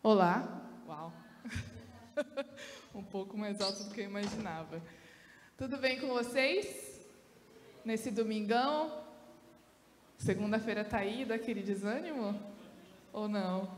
Olá. Uau. Um pouco mais alto do que eu imaginava. Tudo bem com vocês? Nesse domingão? Segunda-feira tá aí, daquele desânimo? Ou não?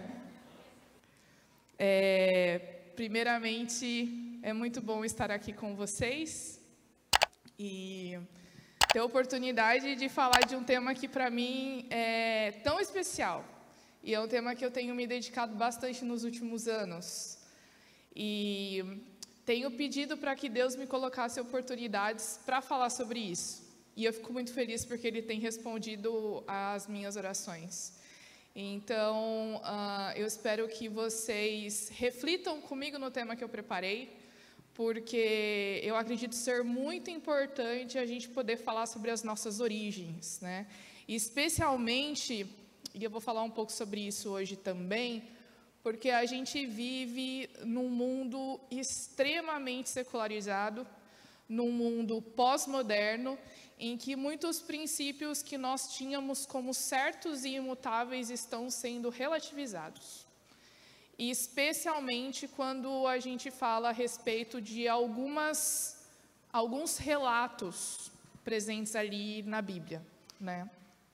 Primeiramente, é muito bom estar aqui com vocês e ter a oportunidade de falar de um tema que para mim é tão especial. E é um tema que eu tenho me dedicado bastante nos últimos anos. E tenho pedido para que Deus me colocasse oportunidades para falar sobre isso. E eu fico muito feliz porque Ele tem respondido às minhas orações. Então, eu espero que vocês reflitam comigo no tema que eu preparei, porque eu acredito ser muito importante a gente poder falar sobre as nossas origens, né? E especialmente, e eu vou falar um pouco sobre isso hoje também, porque a gente vive num mundo extremamente secularizado, num mundo pós-moderno, em que muitos princípios que nós tínhamos como certos e imutáveis estão sendo relativizados. E especialmente quando a gente fala a respeito de alguns relatos presentes ali na Bíblia, né?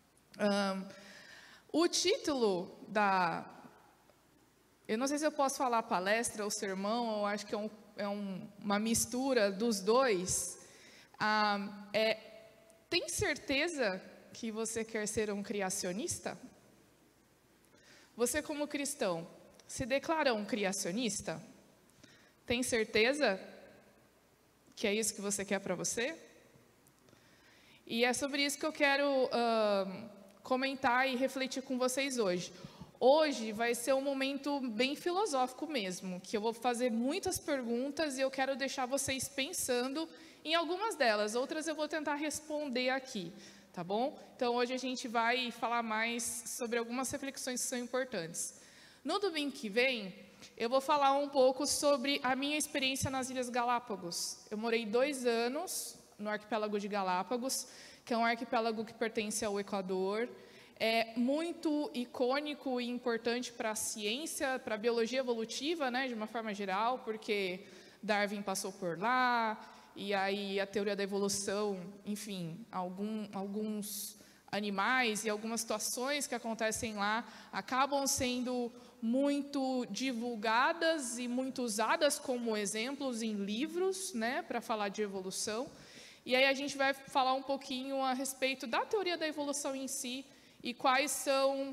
O título eu não sei se eu posso falar palestra ou sermão, eu acho que uma mistura dos dois. Tem certeza que você quer ser um criacionista? Você, como cristão, se declara um criacionista? Tem certeza que é isso que você quer para você? E é sobre isso que eu quero comentar e refletir com vocês hoje. Hoje vai ser um momento bem filosófico mesmo, que eu vou fazer muitas perguntas e eu quero deixar vocês pensando em algumas delas, outras eu vou tentar responder aqui, tá bom? Então hoje a gente vai falar mais sobre algumas reflexões que são importantes. No domingo que vem, eu vou falar um pouco sobre a minha experiência nas Ilhas Galápagos. Eu morei 2 anos no arquipélago de Galápagos, que é um arquipélago que pertence ao Equador. É muito icônico e importante para a ciência, para a biologia evolutiva, né, de uma forma geral, porque Darwin passou por lá, e aí a teoria da evolução, enfim, alguns animais e algumas situações que acontecem lá acabam sendo muito divulgadas e muito usadas como exemplos em livros, né, para falar de evolução. E aí a gente vai falar um pouquinho a respeito da teoria da evolução em si e quais são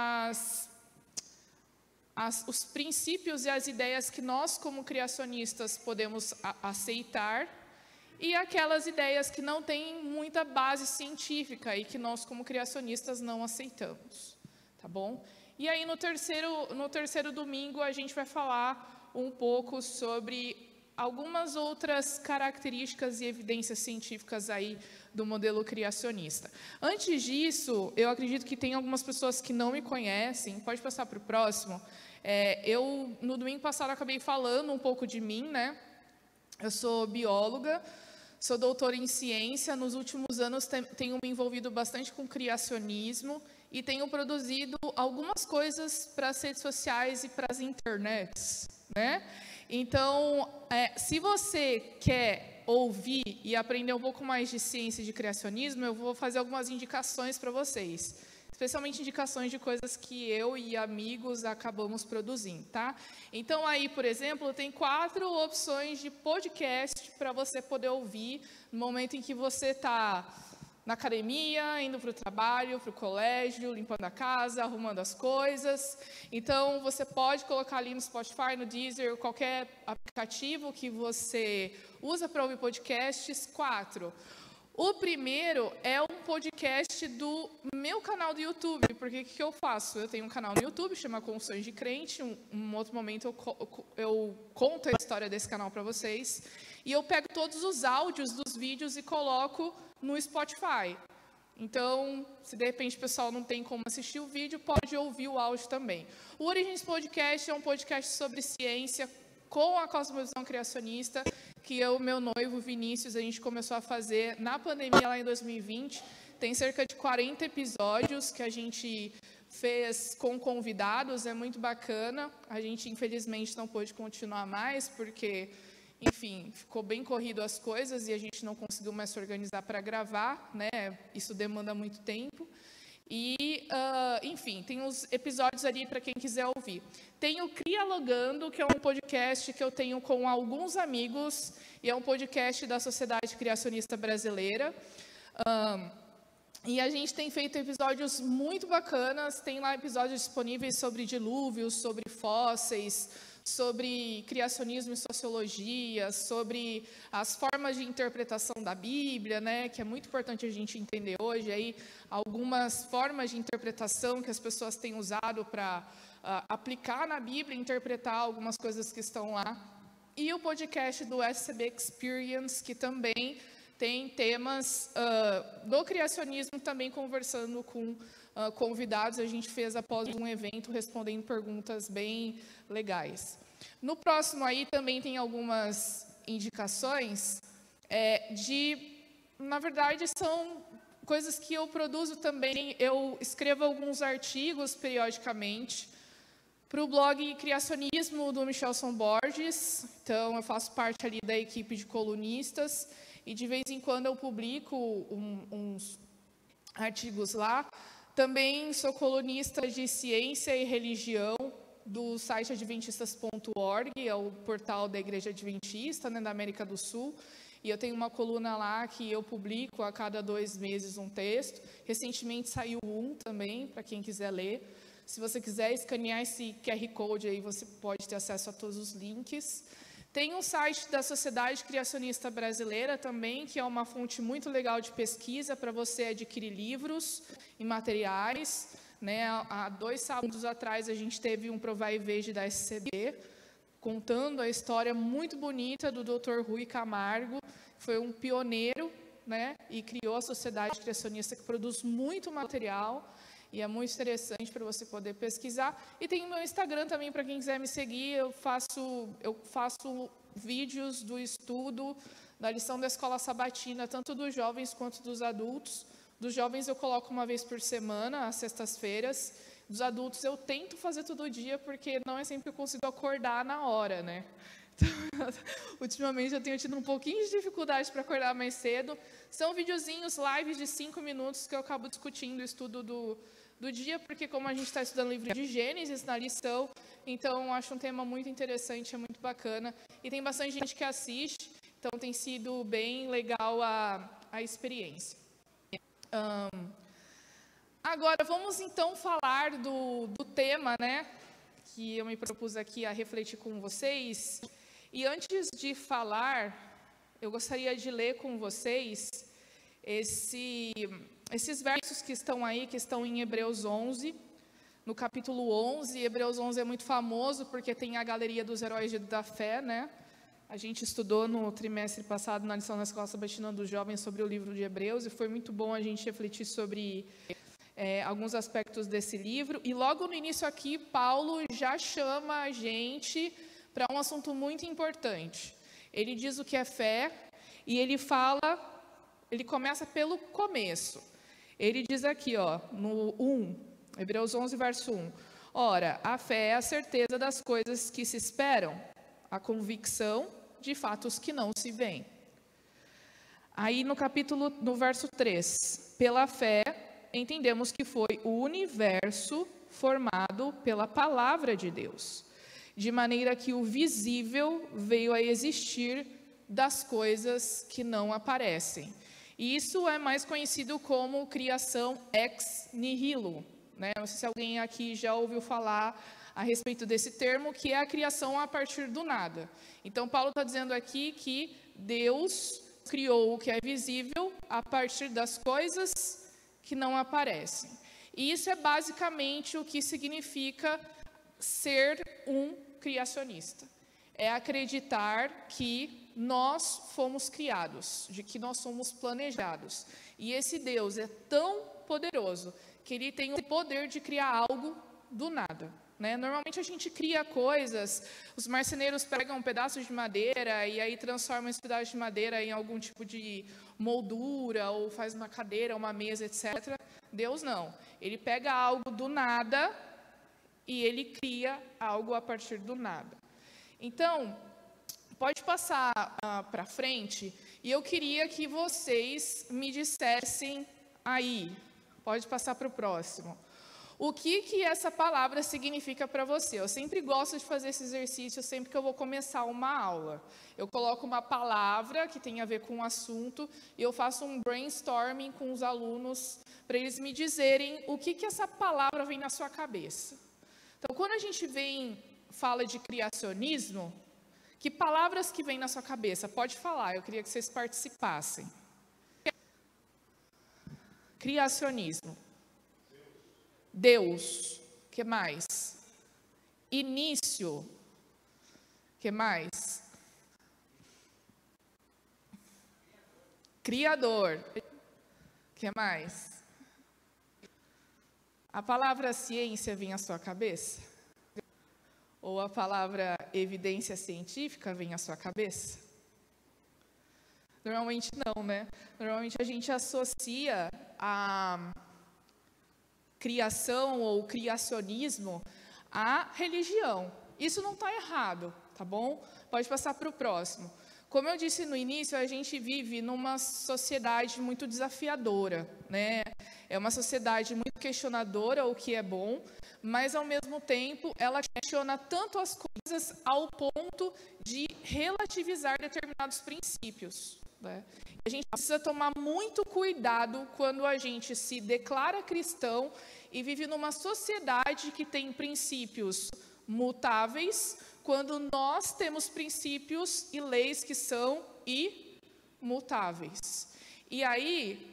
os princípios e as ideias que nós, como criacionistas, podemos aceitar e aquelas ideias que não têm muita base científica e que nós, como criacionistas, não aceitamos, tá bom? E aí, no terceiro domingo, a gente vai falar um pouco sobre algumas outras características e evidências científicas aí do modelo criacionista. Antes disso, eu acredito que tem algumas pessoas que não me conhecem, pode passar para o próximo. Eu, no domingo passado, acabei falando um pouco de mim, né? Eu sou bióloga, sou doutora em ciência, nos últimos anos tenho me envolvido bastante com criacionismo e tenho produzido algumas coisas para as redes sociais e para as internets, né? Então, se você quer ouvir e aprender um pouco mais de ciência e de criacionismo, eu vou fazer algumas indicações para vocês, especialmente indicações de coisas que eu e amigos acabamos produzindo, tá? Então, aí, por exemplo, tem 4 opções de podcast para você poder ouvir no momento em que você está na academia, indo para o trabalho, para o colégio, limpando a casa, arrumando as coisas. Então, você pode colocar ali no Spotify, no Deezer, qualquer aplicativo que você usa para ouvir podcasts. 4. O primeiro é um podcast do meu canal do YouTube, porque o que eu faço? Eu tenho um canal no YouTube, chama Confissões de Crente, um outro momento eu conto a história desse canal para vocês, e eu pego todos os áudios dos vídeos e coloco no Spotify. Então, se de repente o pessoal não tem como assistir o vídeo, pode ouvir o áudio também. O Origens Podcast é um podcast sobre ciência com a cosmovisão criacionista, que eu e meu noivo Vinícius, a gente começou a fazer na pandemia lá em 2020. Tem cerca de 40 episódios que a gente fez com convidados, é muito bacana. A gente, infelizmente, não pôde continuar mais, porque, enfim, ficou bem corrido as coisas e a gente não conseguiu mais se organizar para gravar, né? Isso demanda muito tempo. E, enfim, tem os episódios ali para quem quiser ouvir. Tem o Crialogando, que é um podcast que eu tenho com alguns amigos, e é um podcast da Sociedade Criacionista Brasileira. E a gente tem feito episódios muito bacanas, tem lá episódios disponíveis sobre dilúvios, sobre fósseis, sobre criacionismo e sociologia, sobre as formas de interpretação da Bíblia, né, que é muito importante a gente entender hoje, aí, algumas formas de interpretação que as pessoas têm usado para aplicar na Bíblia, interpretar algumas coisas que estão lá. E o podcast do SCB Experience, que também tem temas do criacionismo, também conversando com convidados. A gente fez após um evento, respondendo perguntas bem legais. No próximo aí também tem algumas indicações na verdade, são coisas que eu produzo também. Eu escrevo alguns artigos periodicamente para o blog Criacionismo do Michelson Borges. Então, eu faço parte ali da equipe de colunistas e de vez em quando eu publico uns artigos lá. Também sou colunista de ciência e religião do site adventistas.org, é o portal da Igreja Adventista, né, da América do Sul. E eu tenho uma coluna lá que eu publico a cada 2 meses um texto. Recentemente saiu um também, para quem quiser ler. Se você quiser escanear esse QR Code aí, você pode ter acesso a todos os links. Tem um site da Sociedade Criacionista Brasileira também, que é uma fonte muito legal de pesquisa para você adquirir livros e materiais, né? Há 2 sábados atrás a gente teve um Provai e Veja da SCB, contando a história muito bonita do Dr. Rui Camargo, que foi um pioneiro, né? E criou a Sociedade Criacionista, que produz muito material. E é muito interessante para você poder pesquisar. E tem o meu Instagram também, para quem quiser me seguir. Eu faço vídeos do estudo, da lição da escola sabatina, tanto dos jovens quanto dos adultos. Dos jovens eu coloco uma vez por semana, às sextas-feiras. Dos adultos eu tento fazer todo dia, porque não é sempre que eu consigo acordar na hora, né? Então, ultimamente eu tenho tido um pouquinho de dificuldade para acordar mais cedo. São videozinhos, lives de 5 minutos que eu acabo discutindo o estudo do dia, porque como a gente está estudando o livro de Gênesis na lição, então eu acho um tema muito interessante, é muito bacana. E tem bastante gente que assiste, então tem sido bem legal a experiência. Agora, vamos então falar do tema, né, que eu me propus aqui a refletir com vocês. E antes de falar, eu gostaria de ler com vocês esses versos que estão aí, que estão em Hebreus 11, no capítulo 11. Hebreus 11 é muito famoso porque tem a galeria dos heróis da fé, né? A gente estudou no trimestre passado, na lição da Escola Sabatina dos Jovens, sobre o livro de Hebreus, e foi muito bom a gente refletir sobre alguns aspectos desse livro. E logo no início aqui, Paulo já chama a gente para um assunto muito importante. Ele diz o que é fé, e ele começa pelo começo. Ele diz aqui, no 1, Hebreus 11, verso 1. Ora, a fé é a certeza das coisas que se esperam, a convicção de fatos que não se veem. Aí no verso 3, pela fé, entendemos que foi o universo formado pela palavra de Deus, de maneira que o visível veio a existir das coisas que não aparecem. E isso é mais conhecido como criação ex nihilo, né? Não sei se alguém aqui já ouviu falar a respeito desse termo, que é a criação a partir do nada. Então, Paulo está dizendo aqui que Deus criou o que é visível a partir das coisas que não aparecem. E isso é basicamente o que significa ser um criacionista. É acreditar que nós fomos criados, de que nós somos planejados. E esse Deus é tão poderoso que ele tem o poder de criar algo do nada, né? Normalmente a gente cria coisas, os marceneiros pegam um pedaço de madeira e aí transformam esse pedaço de madeira em algum tipo de moldura, ou faz uma cadeira, uma mesa, etc. Deus não. Ele pega algo do nada e ele cria algo a partir do nada. Então, pode passar para frente, e eu queria que vocês me dissessem aí, pode passar para o próximo, o que essa palavra significa para você. Eu sempre gosto de fazer esse exercício sempre que eu vou começar uma aula. Eu coloco uma palavra que tem a ver com o assunto e eu faço um brainstorming com os alunos para eles me dizerem o que essa palavra vem na sua cabeça. Então, quando a gente fala de criacionismo, que palavras que vêm na sua cabeça? Pode falar, eu queria que vocês participassem. Criacionismo. Deus. O que mais? Início. O que mais? Criador. O que mais? A palavra ciência vem à sua cabeça? Ou a palavra evidência científica vem à sua cabeça? Normalmente não, né? Normalmente a gente associa a criação ou criacionismo à religião. Isso não está errado, tá bom? Pode passar para o próximo. Como eu disse no início, a gente vive numa sociedade muito desafiadora, né? É uma sociedade muito questionadora, o que é bom, mas ao mesmo tempo ela questiona tanto as coisas ao ponto de relativizar determinados princípios, né? A gente precisa tomar muito cuidado quando a gente se declara cristão e vive numa sociedade que tem princípios mutáveis, quando nós temos princípios e leis que são imutáveis. E aí,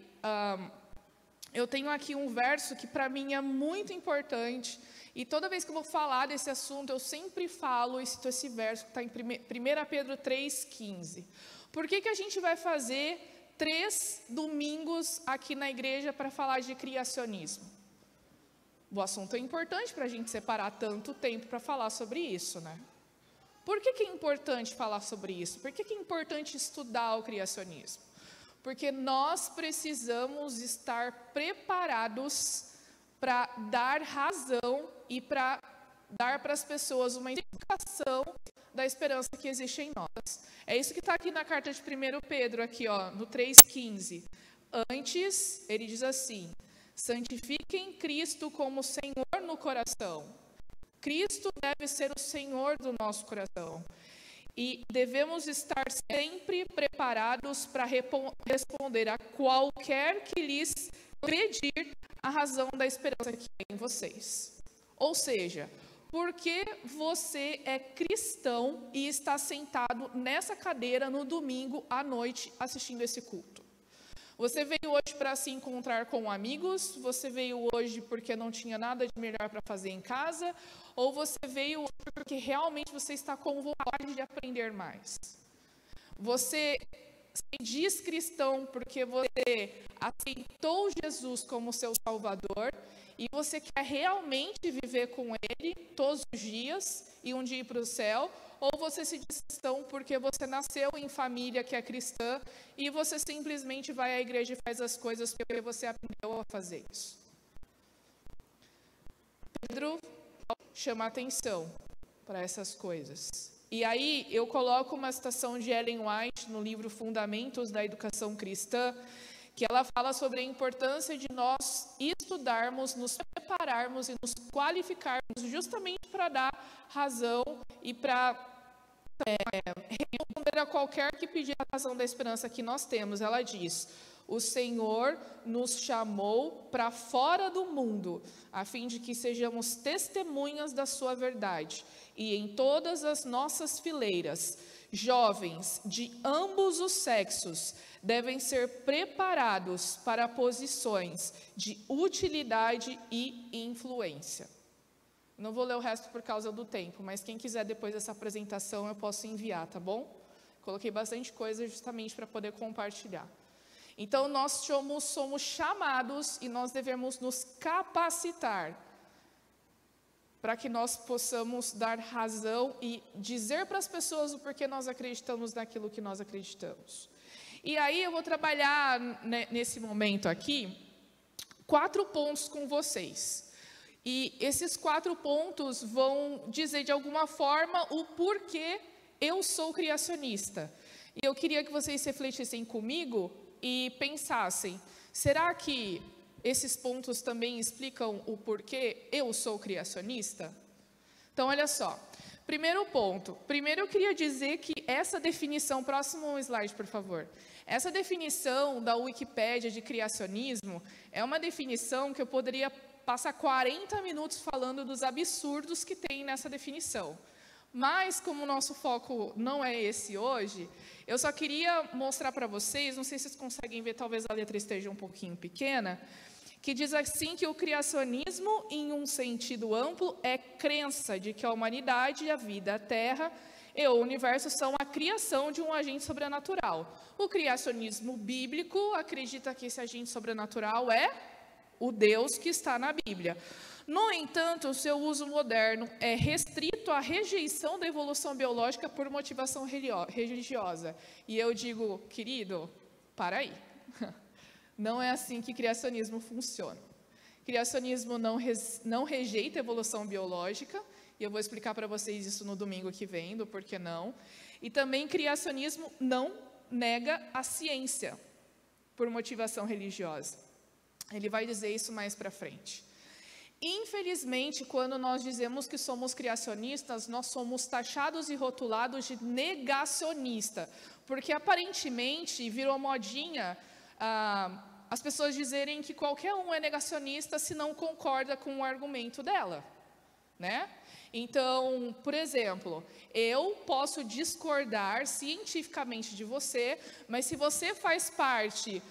eu tenho aqui um verso que para mim é muito importante, e toda vez que eu vou falar desse assunto, eu sempre falo e cito esse verso que está em 1 Pedro 3,15. Por que a gente vai fazer 3 domingos aqui na igreja para falar de criacionismo? O assunto é importante para a gente separar tanto tempo para falar sobre isso, né? Por que é importante falar sobre isso? Por que é importante estudar o criacionismo? Porque nós precisamos estar preparados para dar razão e para dar para as pessoas uma indicação da esperança que existe em nós. É isso que está aqui na carta de 1 Pedro, aqui, ó, no 3,15. Antes, ele diz assim: santifiquem Cristo como Senhor no coração. Cristo deve ser o Senhor do nosso coração. E devemos estar sempre preparados para responder a qualquer que lhes pedir a razão da esperança que é em vocês. Ou seja, porque você é cristão e está sentado nessa cadeira no domingo à noite assistindo esse culto? Você veio hoje para se encontrar com amigos? Você veio hoje porque não tinha nada de melhor para fazer em casa? Ou você veio hoje porque realmente você está com vontade de aprender mais? Você se diz cristão porque você aceitou Jesus como seu Salvador e você quer realmente viver com Ele todos os dias e um dia ir para o céu? Ou você se diz cristão porque você nasceu em família que é cristã e você simplesmente vai à igreja e faz as coisas porque você aprendeu a fazer isso? Pedro chama atenção para essas coisas. E aí eu coloco uma citação de Ellen White no livro Fundamentos da Educação Cristã, que ela fala sobre a importância de nós estudarmos, nos prepararmos e nos qualificarmos justamente para dar razão e para responder a qualquer que pedir a razão da esperança que nós temos. Ela diz: o Senhor nos chamou para fora do mundo, a fim de que sejamos testemunhas da sua verdade. E em todas as nossas fileiras, jovens de ambos os sexos devem ser preparados para posições de utilidade e influência. Não vou ler o resto por causa do tempo, mas quem quiser depois dessa apresentação eu posso enviar, tá bom? Coloquei bastante coisa justamente para poder compartilhar. Então nós somos chamados e nós devemos nos capacitar para que nós possamos dar razão e dizer para as pessoas o porquê nós acreditamos naquilo que nós acreditamos. E aí eu vou trabalhar nesse momento aqui 4 pontos com vocês. E esses 4 pontos vão dizer, de alguma forma, o porquê eu sou criacionista. E eu queria que vocês refletissem comigo e pensassem, será que esses pontos também explicam o porquê eu sou criacionista? Então, olha só. Primeiro ponto. Primeiro, eu queria dizer que essa definição... Próximo slide, por favor. Essa definição da Wikipédia de criacionismo é uma definição que eu poderia passar 40 minutos falando dos absurdos que tem nessa definição. Mas, como o nosso foco não é esse hoje, eu só queria mostrar para vocês, não sei se vocês conseguem ver, talvez a letra esteja um pouquinho pequena, que diz assim que o criacionismo, em um sentido amplo, é crença de que a humanidade, a vida, a Terra e o universo são a criação de um agente sobrenatural. O criacionismo bíblico acredita que esse agente sobrenatural é o Deus que está na Bíblia. No entanto, o seu uso moderno é restrito à rejeição da evolução biológica por motivação religiosa. E eu digo, querido, para aí. Não é assim que criacionismo funciona. Criacionismo não rejeita a evolução biológica, e eu vou explicar para vocês isso no domingo que vem, do porquê não. E também criacionismo não nega a ciência por motivação religiosa. Ele vai dizer isso mais para frente. Infelizmente, quando nós dizemos que somos criacionistas, nós somos taxados e rotulados de negacionista, porque aparentemente virou modinha as pessoas dizerem que qualquer um é negacionista se não concorda com o argumento dela, né? Então, por exemplo, eu posso discordar cientificamente de você, mas se você faz parte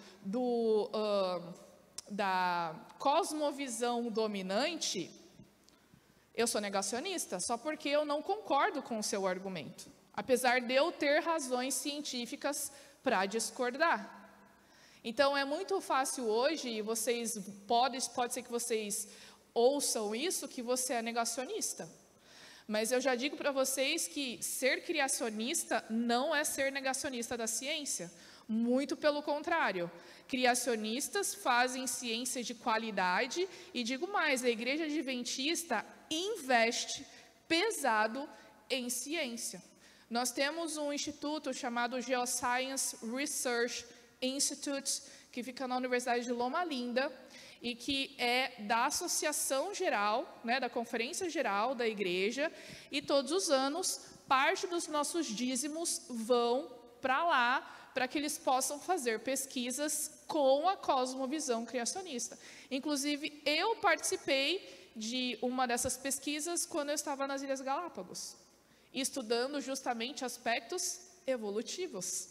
da cosmovisão dominante, eu sou negacionista, só porque eu não concordo com o seu argumento, apesar de eu ter razões científicas para discordar. Então, é muito fácil hoje, e vocês pode ser que vocês ouçam isso, que você é negacionista. Mas eu já digo para vocês que ser criacionista não é ser negacionista da ciência. Muito pelo contrário. Criacionistas fazem ciência de qualidade e, digo mais, a Igreja Adventista investe pesado em ciência. Nós temos um instituto chamado Geoscience Research Institute, que fica na Universidade de Loma Linda, e que é da Associação Geral, né, da Conferência Geral da Igreja, e todos os anos, parte dos nossos dízimos vão para lá, para que eles possam fazer pesquisas com a cosmovisão criacionista. Inclusive, eu participei de uma dessas pesquisas quando eu estava nas Ilhas Galápagos, estudando justamente aspectos evolutivos.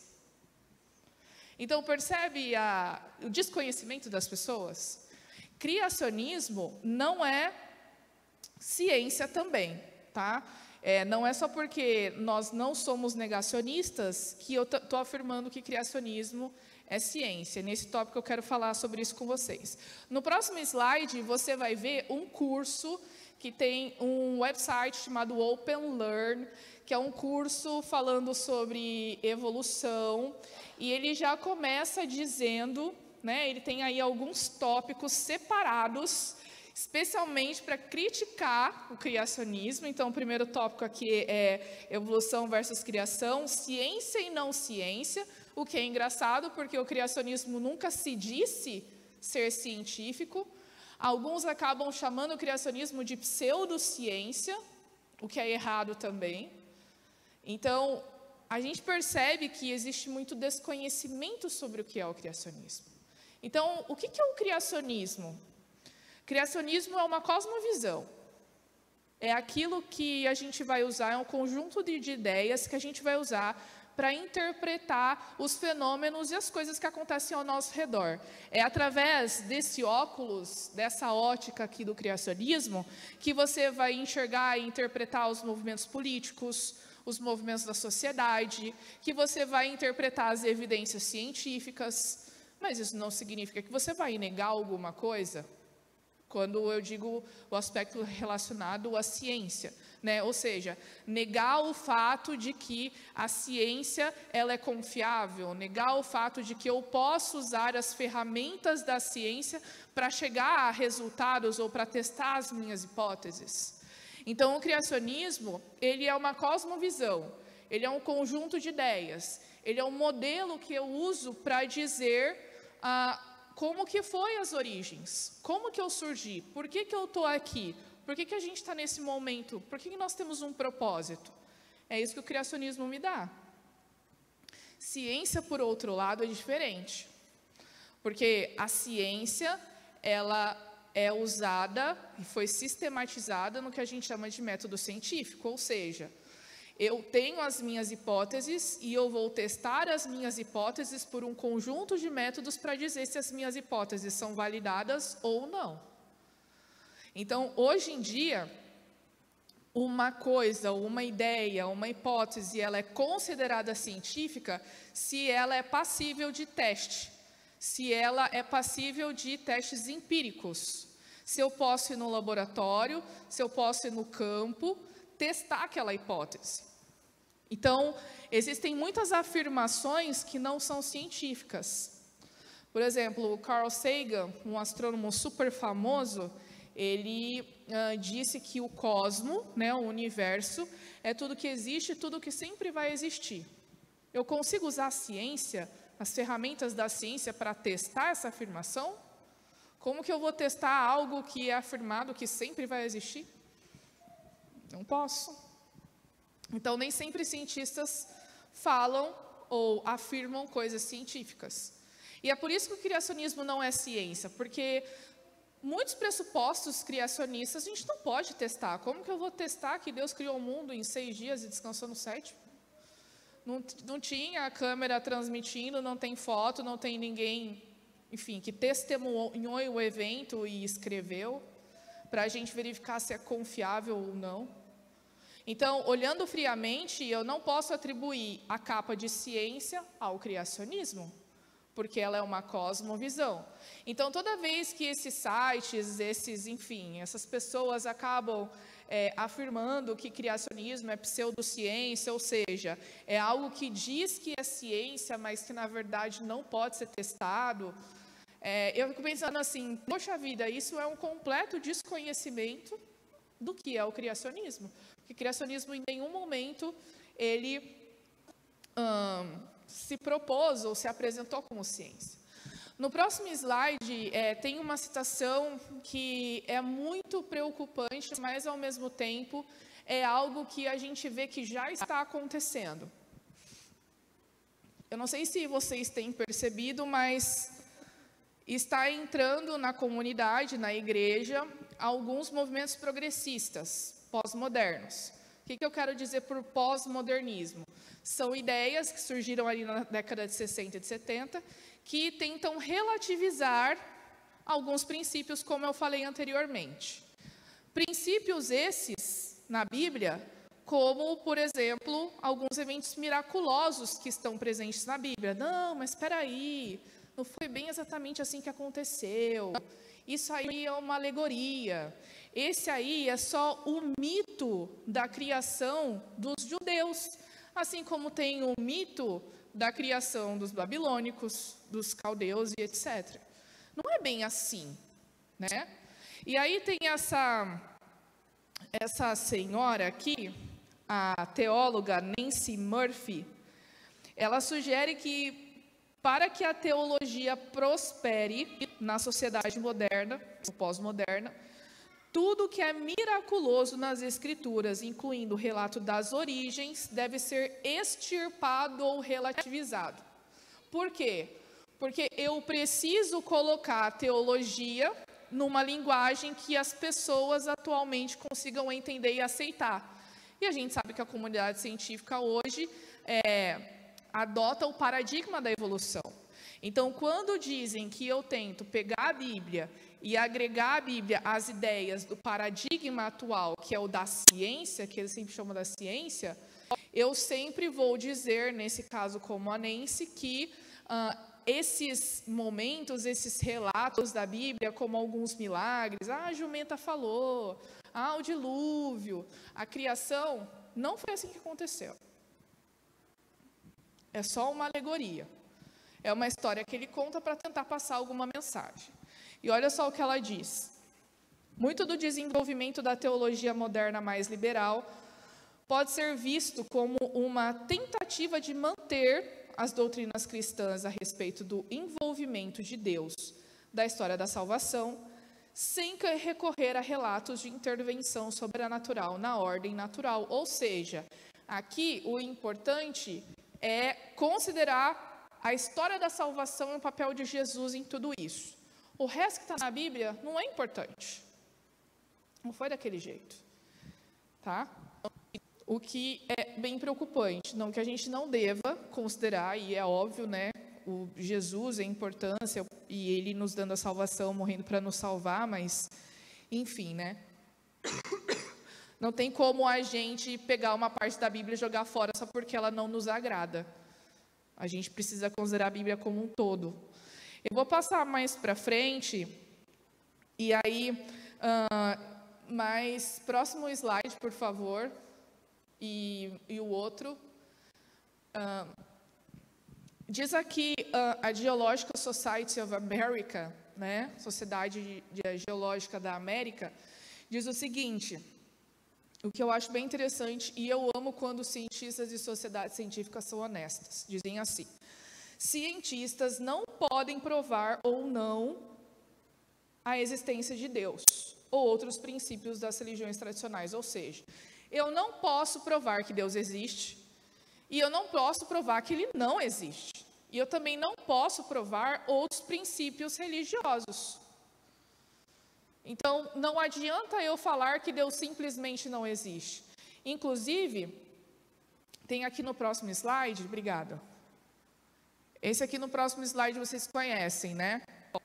Então, percebe o desconhecimento das pessoas? Criacionismo não é ciência também, tá? Não é só porque nós não somos negacionistas que eu estou afirmando que criacionismo é ciência. Nesse tópico eu quero falar sobre isso com vocês. No próximo slide, você vai ver um curso que tem um website chamado Open Learn, que é um curso falando sobre evolução, e ele já começa dizendo, né, ele tem aí alguns tópicos separados, especialmente para criticar o criacionismo. Então, o primeiro tópico aqui é evolução versus criação, ciência e não ciência, o que é engraçado, porque o criacionismo nunca se disse ser científico. Alguns acabam chamando o criacionismo de pseudociência, o que é errado também. Então, a gente percebe que existe muito desconhecimento sobre o que é o criacionismo. Então, o que é o criacionismo? Criacionismo é uma cosmovisão. É aquilo que a gente vai usar, é um conjunto de ideias que a gente vai usar para interpretar os fenômenos e as coisas que acontecem ao nosso redor. É através desse óculos, dessa ótica aqui do criacionismo, que você vai enxergar e interpretar os movimentos políticos, os movimentos da sociedade, que você vai interpretar as evidências científicas, mas isso não significa que você vai negar alguma coisa. quando eu digo o aspecto relacionado à ciência, né? Ou seja, negar o fato de que a ciência ela é confiável, negar o fato de que eu posso usar as ferramentas da ciência para chegar a resultados ou para testar as minhas hipóteses. Então, o criacionismo, ele é uma cosmovisão, ele é um conjunto de ideias, ele é um modelo que eu uso para dizer como que foi as origens, como que eu surgi, por que eu estou aqui, por que a gente está nesse momento, por que nós temos um propósito. É isso que o criacionismo me dá. Ciência, por outro lado, é diferente, porque a ciência, ela é usada e foi sistematizada no que a gente chama de método científico, ou seja, eu tenho as minhas hipóteses e eu vou testar as minhas hipóteses por um conjunto de métodos para dizer se as minhas hipóteses são validadas ou não. Então, hoje em dia, uma coisa, uma ideia, uma hipótese, ela é considerada científica se ela é passível de teste, se ela é passível de testes empíricos, se eu posso ir no laboratório, se eu posso ir no campo, testar aquela hipótese. Então, existem muitas afirmações que não são científicas. Por exemplo, o Carl Sagan, um astrônomo super famoso, ele disse que o cosmo, né, o universo, é tudo que existe, tudo que sempre vai existir. Eu consigo usar a ciência, as ferramentas da ciência para testar essa afirmação? Como que eu vou testar algo que é afirmado que sempre vai existir? Não posso. Então, nem sempre cientistas falam ou afirmam coisas científicas. E é por isso que o criacionismo não é ciência, porque muitos pressupostos criacionistas a gente não pode testar. Como que eu vou testar que Deus criou o mundo em 6 dias e descansou no 7º? Não tinha a câmera transmitindo, não tem foto, não tem ninguém, enfim, que testemunhou o evento e escreveu, para a gente verificar se é confiável ou não. Então, olhando friamente, eu não posso atribuir a capa de ciência ao criacionismo, porque ela é uma cosmovisão. Então, toda vez que esses sites, enfim, essas pessoas acabam afirmando que criacionismo é pseudociência, ou seja, é algo que diz que é ciência, mas que na verdade não pode ser testado, eu fico pensando assim, poxa vida, isso é um completo desconhecimento do que é o criacionismo. Porque o criacionismo em nenhum momento ele se propôs ou se apresentou como ciência. No próximo slide tem uma citação que é muito preocupante, mas ao mesmo tempo é algo que a gente vê que já está acontecendo. Eu não sei se vocês têm percebido, mas está entrando na comunidade, na igreja, alguns movimentos progressistas, pós-modernos. O que eu quero dizer por pós-modernismo? São ideias que surgiram ali na década de 60 e de 70, que tentam relativizar alguns princípios, como eu falei anteriormente. Princípios esses, na Bíblia, como, por exemplo, alguns eventos miraculosos que estão presentes na Bíblia. Não, mas espera aí, não foi bem exatamente assim que aconteceu. Isso aí é uma alegoria. Esse aí é só o mito da criação dos judeus, assim como tem o mito da criação dos babilônicos, dos caldeus e etc. Não é bem assim, né? E aí tem essa senhora aqui, a teóloga Nancy Murphy, ela sugere que para que a teologia prospere na sociedade moderna, ou pós-moderna, tudo que é miraculoso nas Escrituras, incluindo o relato das origens, deve ser extirpado ou relativizado. Por quê? Porque eu preciso colocar a teologia numa linguagem que as pessoas atualmente consigam entender e aceitar. E a gente sabe que a comunidade científica hoje adota o paradigma da evolução. Então, quando dizem que eu tento pegar a Bíblia e agregar à Bíblia as ideias do paradigma atual, que é o da ciência, que eles sempre chamam da ciência, eu sempre vou dizer, nesse caso como a Nancy, que esses momentos, esses relatos da Bíblia, como alguns milagres, a jumenta falou, o dilúvio, a criação, não foi assim que aconteceu. É só uma alegoria. É uma história que ele conta para tentar passar alguma mensagem. E olha só o que ela diz. Muito do desenvolvimento da teologia moderna mais liberal pode ser visto como uma tentativa de manter as doutrinas cristãs a respeito do envolvimento de Deus da história da salvação, sem recorrer a relatos de intervenção sobrenatural na ordem natural. Ou seja, aqui o importante é considerar a história da salvação e o papel de Jesus em tudo isso. O resto que está na Bíblia não é importante. Não foi daquele jeito. Tá? O que é bem preocupante, não que a gente não deva considerar, e é óbvio, né, o Jesus, a importância, e Ele nos dando a salvação, morrendo para nos salvar, mas, enfim, né, não tem como a gente pegar uma parte da Bíblia e jogar fora só porque ela não nos agrada. A gente precisa considerar a Bíblia como um todo. Eu vou passar mais para frente, e aí, mais próximo slide, por favor. E o outro, diz aqui a Geological Society of America, né, Sociedade Geológica da América, diz o seguinte, o que eu acho bem interessante, e eu amo quando cientistas e sociedades científicas são honestas, dizem assim: cientistas não podem provar ou não a existência de Deus, ou outros princípios das religiões tradicionais, ou seja, eu não posso provar que Deus existe, e eu não posso provar que Ele não existe. E eu também não posso provar outros princípios religiosos. Então, não adianta eu falar que Deus simplesmente não existe. Inclusive, tem aqui no próximo slide, obrigada. Esse aqui no próximo slide vocês conhecem, né?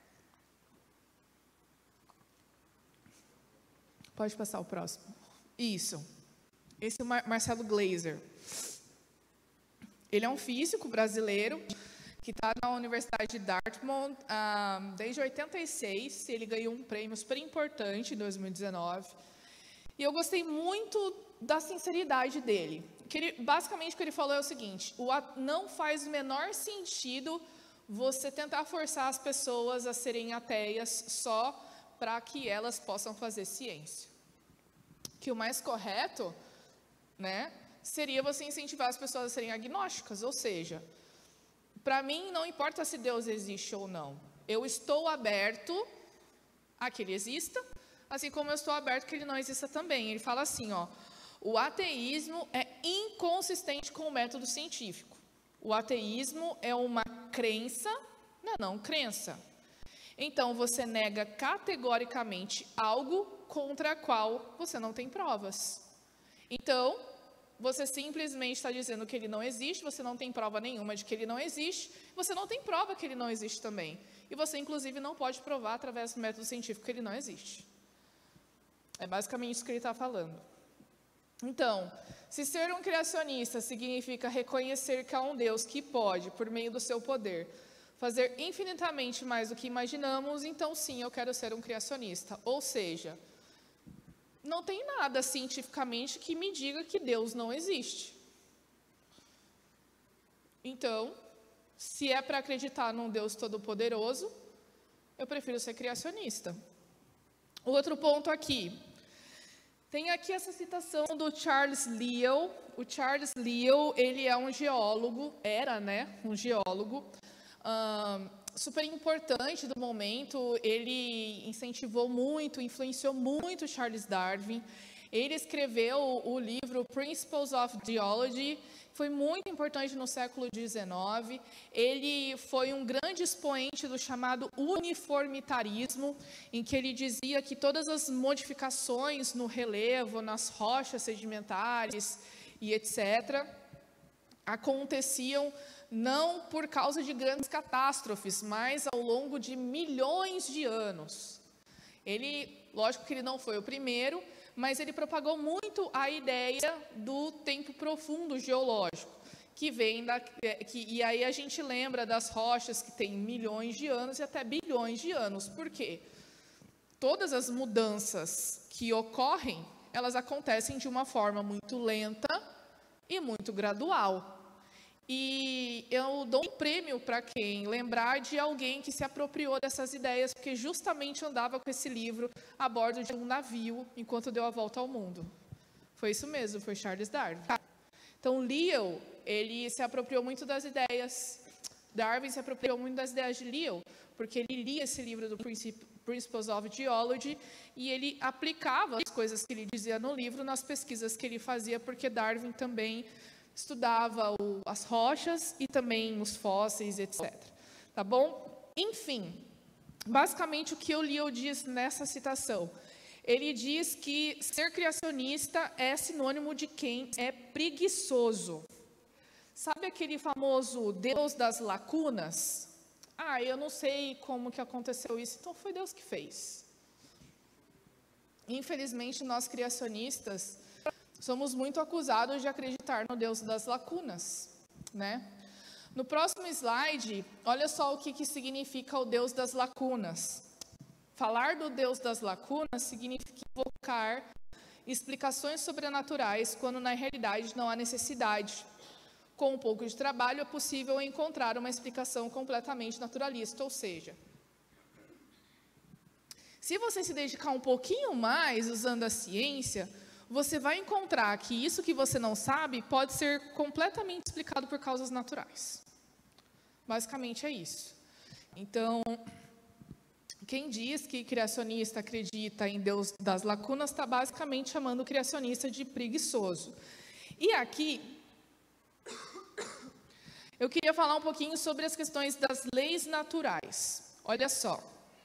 Pode passar o próximo. Isso. Esse é o Marcelo Gleiser. Ele é um físico brasileiro que está na Universidade de Dartmouth desde 86. Ele ganhou um prêmio super importante em 2019. E eu gostei muito da sinceridade dele. Basicamente, o que ele falou é o seguinte: não faz o menor sentido você tentar forçar as pessoas a serem ateias só para que elas possam fazer ciência. Que o mais correto, né, seria você incentivar as pessoas a serem agnósticas, ou seja, para mim não importa se Deus existe ou não, eu estou aberto a que Ele exista, assim como eu estou aberto a que Ele não exista também. Ele fala assim, o ateísmo é inconsistente com o método científico. O ateísmo é uma crença, não crença. Então, você nega categoricamente algo contra a qual você não tem provas. Então, você simplesmente está dizendo que ele não existe, você não tem prova nenhuma de que ele não existe, você não tem prova que ele não existe também. E você, inclusive, não pode provar através do método científico que ele não existe. É basicamente isso que ele está falando. Então, se ser um criacionista significa reconhecer que há um Deus que pode, por meio do seu poder, fazer infinitamente mais do que imaginamos, então sim, eu quero ser um criacionista. Ou seja, não tem nada cientificamente que me diga que Deus não existe. Então, se é para acreditar num Deus todo-poderoso, eu prefiro ser criacionista. Outro ponto aqui. Tem aqui essa citação do Charles Lyell. O Charles Lyell, ele é um geólogo, era, né, um geólogo, super importante do momento. Ele incentivou muito, influenciou muito Charles Darwin. Ele escreveu o livro Principles of Geology, foi muito importante no século XIX. Ele foi um grande expoente do chamado uniformitarismo, em que ele dizia que todas as modificações no relevo, nas rochas sedimentares e etc., aconteciam não por causa de grandes catástrofes, mas ao longo de milhões de anos. Ele, lógico que ele não foi o primeiro, mas ele propagou muito a ideia do tempo profundo geológico, que vem e aí a gente lembra das rochas que têm milhões de anos e até bilhões de anos. Por quê? Todas as mudanças que ocorrem, elas acontecem de uma forma muito lenta e muito gradual. E eu dou um prêmio para quem lembrar de alguém que se apropriou dessas ideias, porque justamente andava com esse livro a bordo de um navio enquanto deu a volta ao mundo. Foi isso mesmo, foi Charles Darwin. Então, Lyell, ele se apropriou muito das ideias. Darwin se apropriou muito das ideias de Lyell, porque ele lia esse livro do Principles of Geology e ele aplicava as coisas que ele dizia no livro nas pesquisas que ele fazia, porque Darwin também estudava as rochas e também os fósseis, etc. Tá bom? Enfim, basicamente o que o Lyell diz nessa citação, ele diz que ser criacionista é sinônimo de quem é preguiçoso. Sabe aquele famoso Deus das lacunas? Eu não sei como que aconteceu isso, então foi Deus que fez. Infelizmente, nós criacionistas somos muito acusados de acreditar no Deus das lacunas, né? No próximo slide, olha só o que significa o Deus das lacunas. Falar do Deus das lacunas significa invocar explicações sobrenaturais quando na realidade não há necessidade. Com um pouco de trabalho é possível encontrar uma explicação completamente naturalista, ou seja, se você se dedicar um pouquinho mais usando a ciência, você vai encontrar que isso que você não sabe pode ser completamente explicado por causas naturais. Basicamente é isso. Então, quem diz que criacionista acredita em Deus das lacunas está basicamente chamando o criacionista de preguiçoso. E aqui, eu queria falar um pouquinho sobre as questões das leis naturais. Olha só.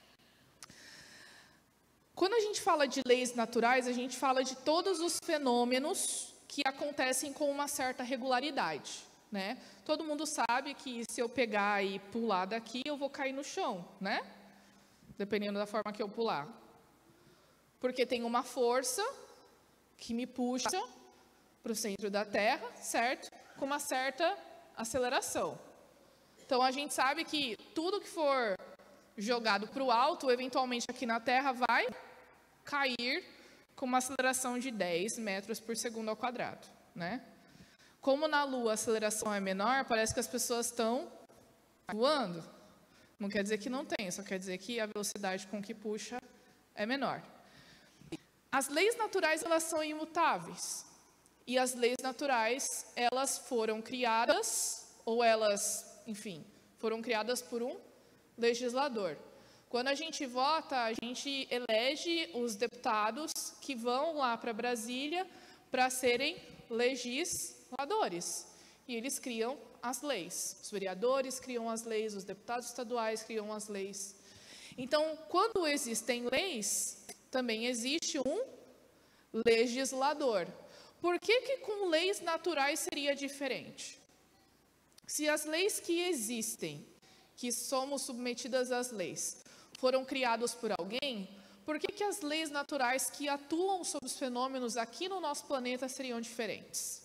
Quando a gente fala de leis naturais, a gente fala de todos os fenômenos que acontecem com uma certa regularidade, né? Todo mundo sabe que se eu pegar e pular daqui, eu vou cair no chão, né? Dependendo da forma que eu pular. Porque tem uma força que me puxa para o centro da Terra, certo? Com uma certa aceleração. Então, a gente sabe que tudo que for jogado para o alto, eventualmente aqui na Terra, vai cair com uma aceleração de 10 metros por segundo ao quadrado, né? Como na Lua a aceleração é menor, parece que as pessoas estão voando. Não quer dizer que não tem, só quer dizer que a velocidade com que puxa é menor. As leis naturais, elas são imutáveis. E as leis naturais, elas foram criadas, ou elas, enfim, foram criadas por um legislador. Quando a gente vota, a gente elege os deputados que vão lá para Brasília para serem legisladores. E eles criam as leis. Os vereadores criam as leis, os deputados estaduais criam as leis. Então, quando existem leis, também existe um legislador. Por que com leis naturais seria diferente? Se as leis que existem, que somos submetidas às leis, foram criadas por alguém, por que as leis naturais que atuam sobre os fenômenos aqui no nosso planeta seriam diferentes?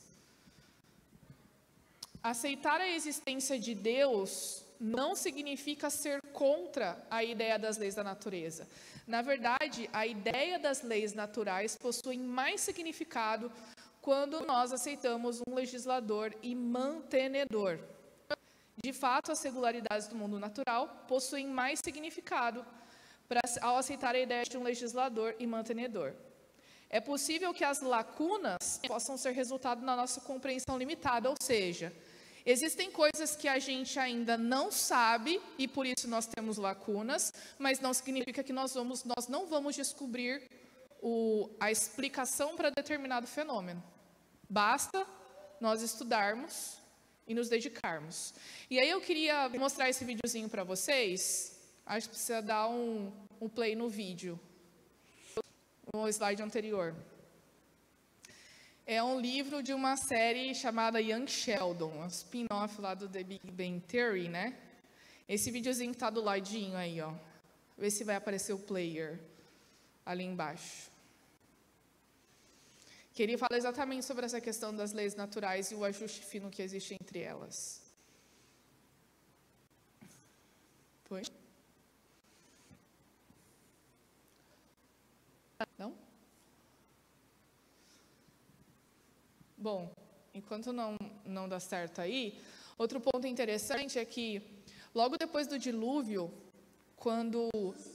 Aceitar a existência de Deus não significa ser contra a ideia das leis da natureza. Na verdade, a ideia das leis naturais possui mais significado quando nós aceitamos um legislador e mantenedor. De fato, as regularidades do mundo natural possuem mais significado ao aceitar a ideia de um legislador e mantenedor. É possível que as lacunas possam ser resultado da nossa compreensão limitada, ou seja, existem coisas que a gente ainda não sabe e por isso nós temos lacunas, mas não significa que nós não vamos descobrir a explicação para determinado fenômeno. Basta nós estudarmos e nos dedicarmos. E aí eu queria mostrar esse videozinho para vocês. Acho que precisa dar um play no vídeo, no slide anterior. É um livro de uma série chamada Young Sheldon, um spin-off lá do The Big Bang Theory, né? Esse videozinho que está do ladinho aí, ó. Vê se vai aparecer o player ali embaixo. que ele fala exatamente sobre essa questão das leis naturais e o ajuste fino que existe entre elas. Foi? Não? Bom, enquanto não dá certo aí, outro ponto interessante é que, logo depois do dilúvio, quando...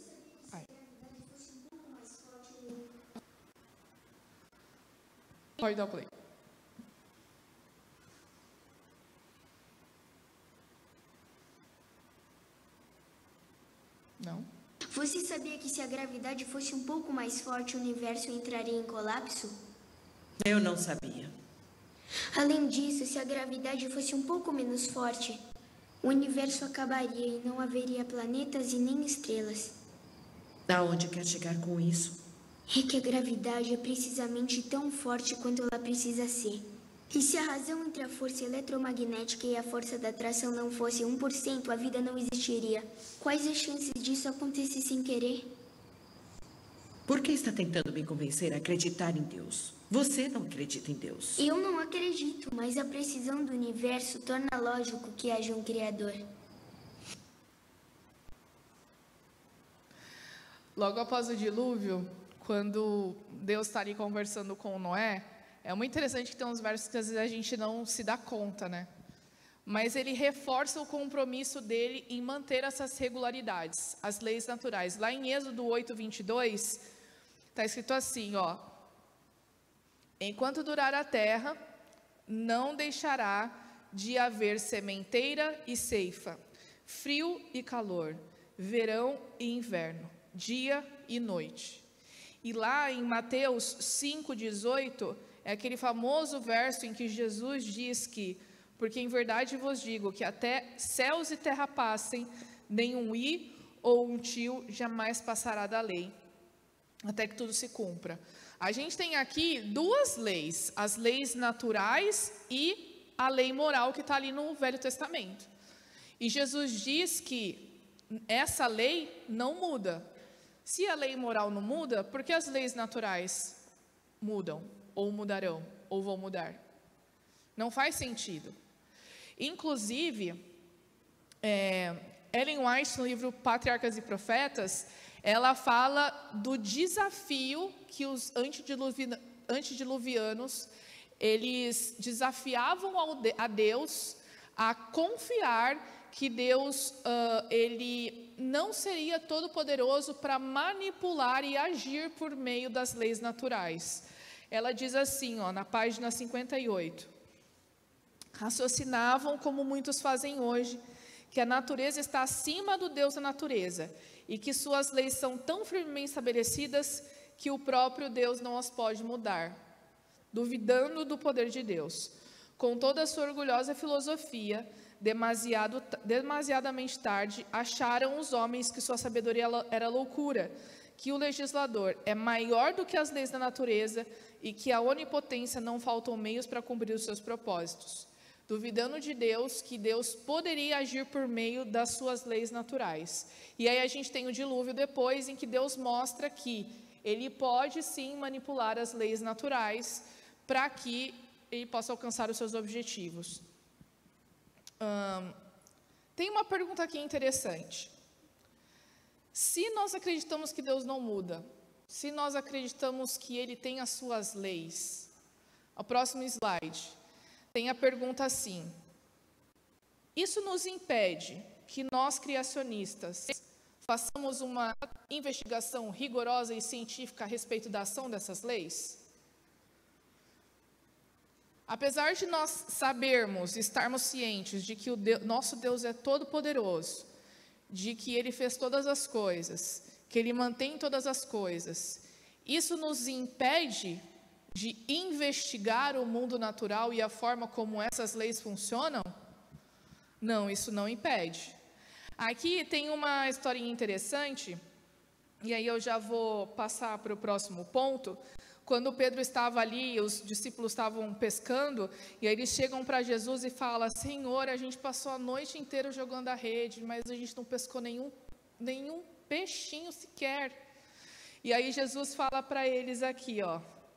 Pode dar o play. Não? Você sabia que se a gravidade fosse um pouco mais forte, o universo entraria em colapso? Eu não sabia. Além disso, se a gravidade fosse um pouco menos forte, o universo acabaria e não haveria planetas e nem estrelas. Aonde quer chegar com isso? É que a gravidade é precisamente tão forte quanto ela precisa ser. E se a razão entre a força eletromagnética e a força da atração não fosse 1%, a vida não existiria. Quais as chances disso acontecer sem querer? Por que está tentando me convencer a acreditar em Deus? Você não acredita em Deus. Eu não acredito, mas a precisão do universo torna lógico que haja um Criador. Logo após o dilúvio, quando Deus está ali conversando com Noé, é muito interessante que tem uns versos que às vezes a gente não se dá conta, né? Mas ele reforça o compromisso dele em manter essas regularidades, as leis naturais. Lá em Êxodo 8:22, está escrito assim, ó: enquanto durar a terra, não deixará de haver sementeira e ceifa, frio e calor, verão e inverno, dia e noite. E lá em Mateus 5:18, é aquele famoso verso em que Jesus diz que, porque em verdade vos digo que até céus e terra passem, nenhum i ou um tio jamais passará da lei, até que tudo se cumpra. A gente tem aqui duas leis, as leis naturais e a lei moral que está ali no Velho Testamento. E Jesus diz que essa lei não muda. Se a lei moral não muda, por que as leis naturais mudam, ou mudarão, ou vão mudar? Não faz sentido. Inclusive, Ellen White, no livro Patriarcas e Profetas, ela fala do desafio que os antediluvianos, eles desafiavam a Deus a confiar que Deus, ele não seria todo-poderoso para manipular e agir por meio das leis naturais. Ela diz assim, ó, na página 58, raciocinavam, como muitos fazem hoje, que a natureza está acima do Deus da natureza e que suas leis são tão firmemente estabelecidas que o próprio Deus não as pode mudar, duvidando do poder de Deus. Com toda a sua orgulhosa filosofia, demasiadamente tarde, acharam os homens que sua sabedoria era loucura, que o legislador é maior do que as leis da natureza e que a onipotência não faltam meios para cumprir os seus propósitos, duvidando de Deus, que Deus poderia agir por meio das suas leis naturais. E aí a gente tem o dilúvio depois, em que Deus mostra que Ele pode sim manipular as leis naturais para que Ele possa alcançar os seus objetivos. Tem uma pergunta aqui interessante. Se nós acreditamos que Deus não muda, se nós acreditamos que Ele tem as suas leis, o próximo slide, tem a pergunta assim: isso nos impede que nós, criacionistas, façamos uma investigação rigorosa e científica a respeito da ação dessas leis? Apesar de nós sabermos, estarmos cientes de que nosso Deus é todo-poderoso, de que Ele fez todas as coisas, que Ele mantém todas as coisas, isso nos impede de investigar o mundo natural e a forma como essas leis funcionam? Não, isso não impede. Aqui tem uma historinha interessante, e aí eu já vou passar para o próximo ponto. Quando Pedro estava ali, os discípulos estavam pescando, e aí eles chegam para Jesus e falam: Senhor, a gente passou a noite inteira jogando a rede, mas a gente não pescou nenhum peixinho sequer. E aí Jesus fala para eles aqui, ó,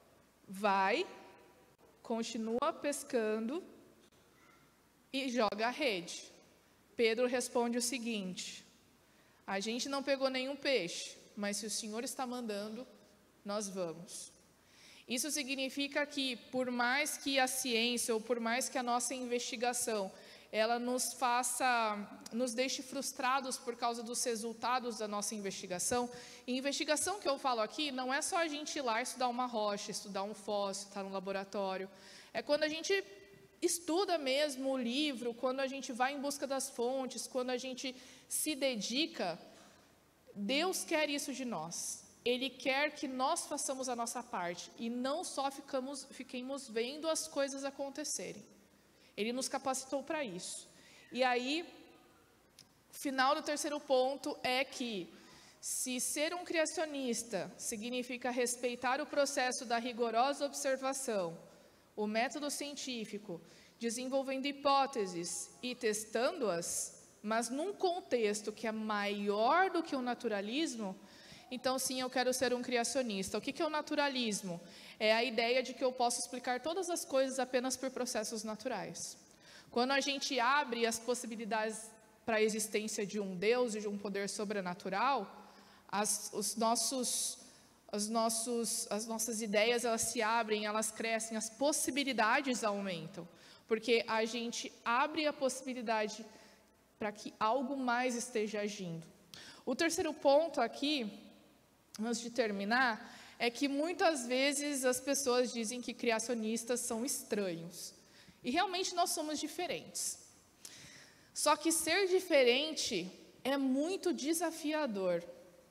vai, continua pescando e joga a rede. Pedro responde o seguinte: a gente não pegou nenhum peixe, mas se o Senhor está mandando, nós vamos. Isso significa que, por mais que a ciência, ou por mais que a nossa investigação, ela nos deixe frustrados por causa dos resultados da nossa investigação. E investigação que eu falo aqui não é só a gente ir lá estudar uma rocha, estudar um fóssil, estar no laboratório. É quando a gente estuda mesmo o livro, quando a gente vai em busca das fontes, quando a gente se dedica. Deus quer isso de nós. Ele quer que nós façamos a nossa parte e não só fiquemos vendo as coisas acontecerem. Ele nos capacitou para isso. E aí, o final do terceiro ponto é que, se ser um criacionista significa respeitar o processo da rigorosa observação, o método científico, desenvolvendo hipóteses e testando-as, mas num contexto que é maior do que o naturalismo, então sim, eu quero ser um criacionista. O que é o naturalismo? É a ideia de que eu posso explicar todas as coisas apenas por processos naturais. Quando a gente abre as possibilidades para a existência de um Deus e de um poder sobrenatural, as nossas ideias, elas se abrem, elas crescem, as possibilidades aumentam, porque a gente abre a possibilidade para que algo mais esteja agindo. O terceiro ponto aqui, antes de terminar, é que muitas vezes as pessoas dizem que criacionistas são estranhos. E realmente nós somos diferentes. Só que ser diferente é muito desafiador.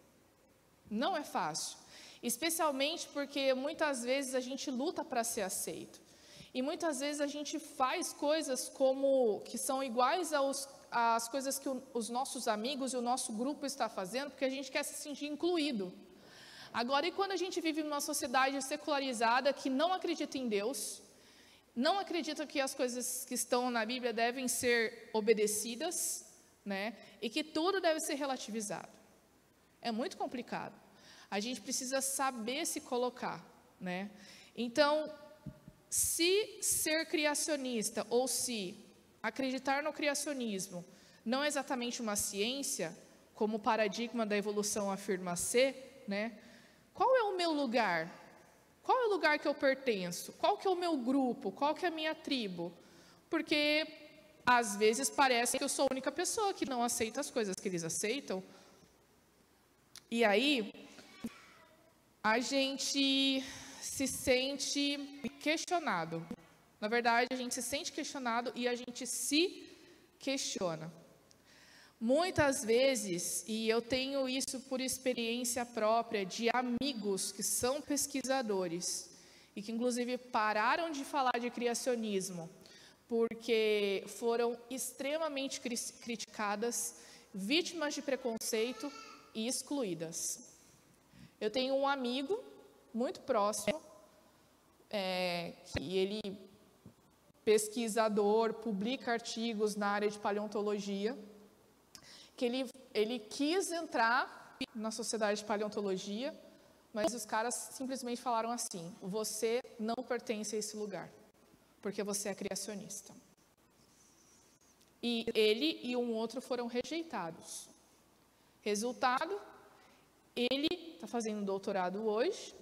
Não é fácil. Especialmente porque muitas vezes a gente luta para ser aceito. E muitas vezes a gente faz coisas que são iguais às coisas que os nossos amigos e o nosso grupo está fazendo, porque a gente quer se sentir incluído. Agora, e quando a gente vive numa sociedade secularizada que não acredita em Deus, não acredita que as coisas que estão na Bíblia devem ser obedecidas, né? E que tudo deve ser relativizado. É muito complicado. A gente precisa saber se colocar, né? Então, se ser criacionista ou se acreditar no criacionismo não é exatamente uma ciência, como o paradigma da evolução afirma ser, né? Qual é o meu lugar? Qual é o lugar que eu pertenço? Qual que é o meu grupo? Qual que é a minha tribo? Porque às vezes parece que eu sou a única pessoa que não aceita as coisas que eles aceitam. E aí a gente se sente questionado. Na verdade, a gente se sente questionado e a gente se questiona. Muitas vezes, e eu tenho isso por experiência própria, de amigos que são pesquisadores e que inclusive pararam de falar de criacionismo porque foram extremamente criticadas, vítimas de preconceito e excluídas. Eu tenho um amigo muito próximo, que ele pesquisador, publica artigos na área de paleontologia, que ele quis entrar na sociedade de paleontologia, mas os caras simplesmente falaram assim: você não pertence a esse lugar, porque você é criacionista. E ele e um outro foram rejeitados. Resultado, ele está fazendo doutorado hoje,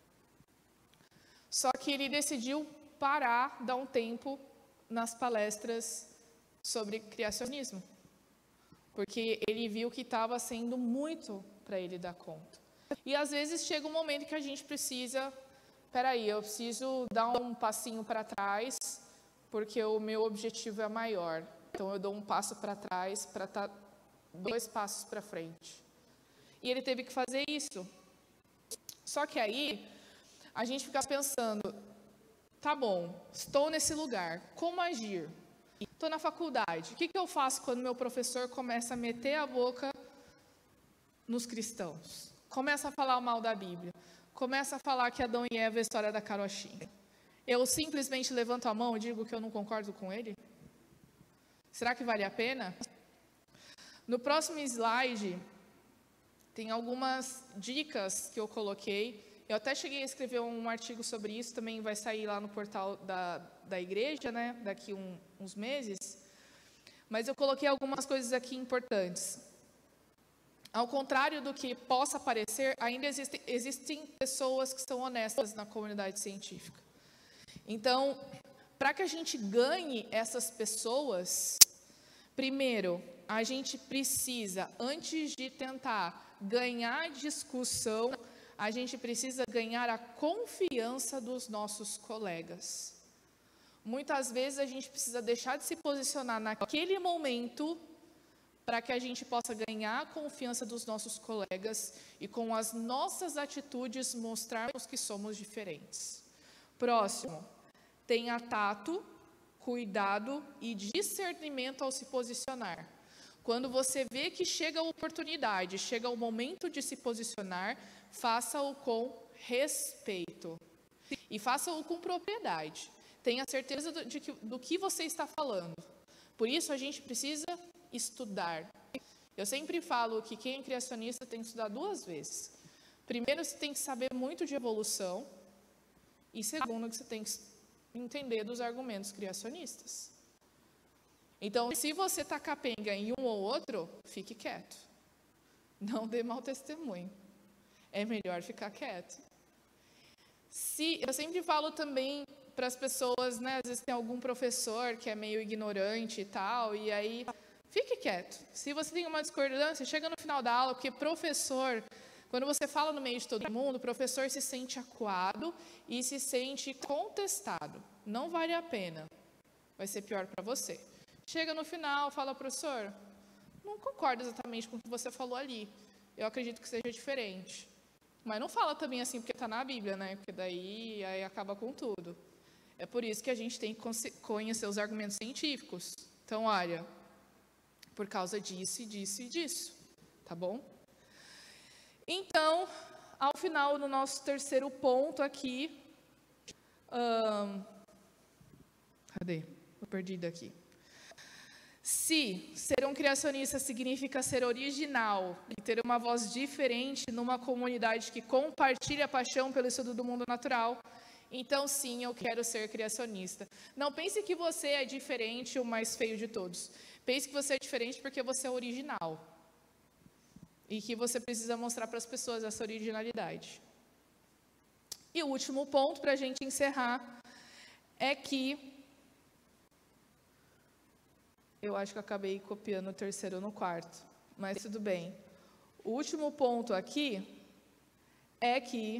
só que ele decidiu parar, dar um tempo nas palestras sobre criacionismo, porque ele viu que estava sendo muito para ele dar conta. E às vezes chega um momento que a gente precisa, eu preciso dar um passinho para trás, porque o meu objetivo é maior. Então eu dou um passo para trás para estar 2 passos para frente. E ele teve que fazer isso. Só que aí a gente fica pensando: tá bom, estou nesse lugar, como agir? Estou na faculdade, o que eu faço quando meu professor começa a meter a boca nos cristãos? Começa a falar mal da Bíblia, começa a falar que Adão e Eva é a história da carochinha. Eu simplesmente levanto a mão e digo que eu não concordo com ele? Será que vale a pena? No próximo slide, tem algumas dicas que eu coloquei Eu até cheguei a escrever um artigo sobre isso, também vai sair lá no portal da igreja, né, daqui uns meses. Mas eu coloquei algumas coisas aqui importantes. Ao contrário do que possa parecer, ainda existem pessoas que são honestas na comunidade científica. Então, para que a gente ganhe essas pessoas, primeiro, a gente precisa, antes de tentar ganhar discussão, a gente precisa ganhar a confiança dos nossos colegas. Muitas vezes a gente precisa deixar de se posicionar naquele momento para que a gente possa ganhar a confiança dos nossos colegas e com as nossas atitudes mostrarmos que somos diferentes. Próximo, tenha tato, cuidado e discernimento ao se posicionar. Quando você vê que chega a oportunidade, chega o momento de se posicionar, faça-o com respeito e faça-o com propriedade. Tenha certeza do que você está falando. Por isso, a gente precisa estudar. Eu sempre falo que quem é criacionista tem que estudar 2 vezes. Primeiro, você tem que saber muito de evolução. E segundo, que você tem que entender dos argumentos criacionistas. Então, se você está capenga em um ou outro, fique quieto. Não dê mau testemunho. É melhor ficar quieto. Eu sempre falo também para as pessoas, né, às vezes tem algum professor que é meio ignorante e tal, e aí, fique quieto. Se você tem uma discordância, chega no final da aula, porque professor, quando você fala no meio de todo mundo, o professor se sente acuado e se sente contestado. Não vale a pena. Vai ser pior para você. Chega no final, fala, professor, não concordo exatamente com o que você falou ali. Eu acredito que seja diferente. Mas não fala também assim porque está na Bíblia, né? Porque daí aí acaba com tudo. É por isso que a gente tem que conhecer os argumentos científicos. Então, olha, por causa disso e disso e disso, tá bom? Então, ao final, no nosso terceiro ponto aqui, cadê? Estou perdida aqui. Se ser um criacionista significa ser original e ter uma voz diferente numa comunidade que compartilha a paixão pelo estudo do mundo natural, então sim, eu quero ser criacionista. Não pense que você é diferente, o mais feio de todos. Pense que você é diferente porque você é original. E que você precisa mostrar para as pessoas essa originalidade. E o último ponto para a gente encerrar é que eu acho que eu acabei copiando o terceiro no quarto, mas tudo bem. O último ponto aqui é que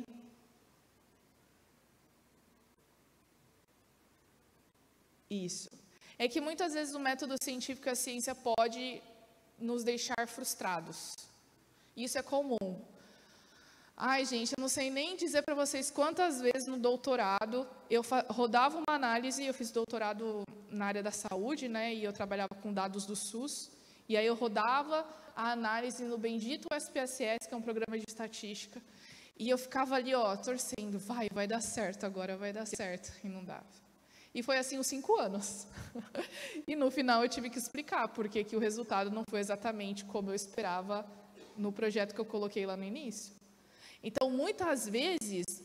é que muitas vezes o método científico e a ciência pode nos deixar frustrados. Isso é comum. Ai, gente, eu não sei nem dizer para vocês quantas vezes no doutorado eu rodava uma análise, eu fiz doutorado na área da saúde, né, e eu trabalhava com dados do SUS, e aí eu rodava a análise no bendito SPSS, que é um programa de estatística, e eu ficava ali, ó, torcendo, vai dar certo agora, vai dar certo, e não dava. E foi assim uns 5 anos. E no final eu tive que explicar por que o resultado não foi exatamente como eu esperava no projeto que eu coloquei lá no início. Então, muitas vezes,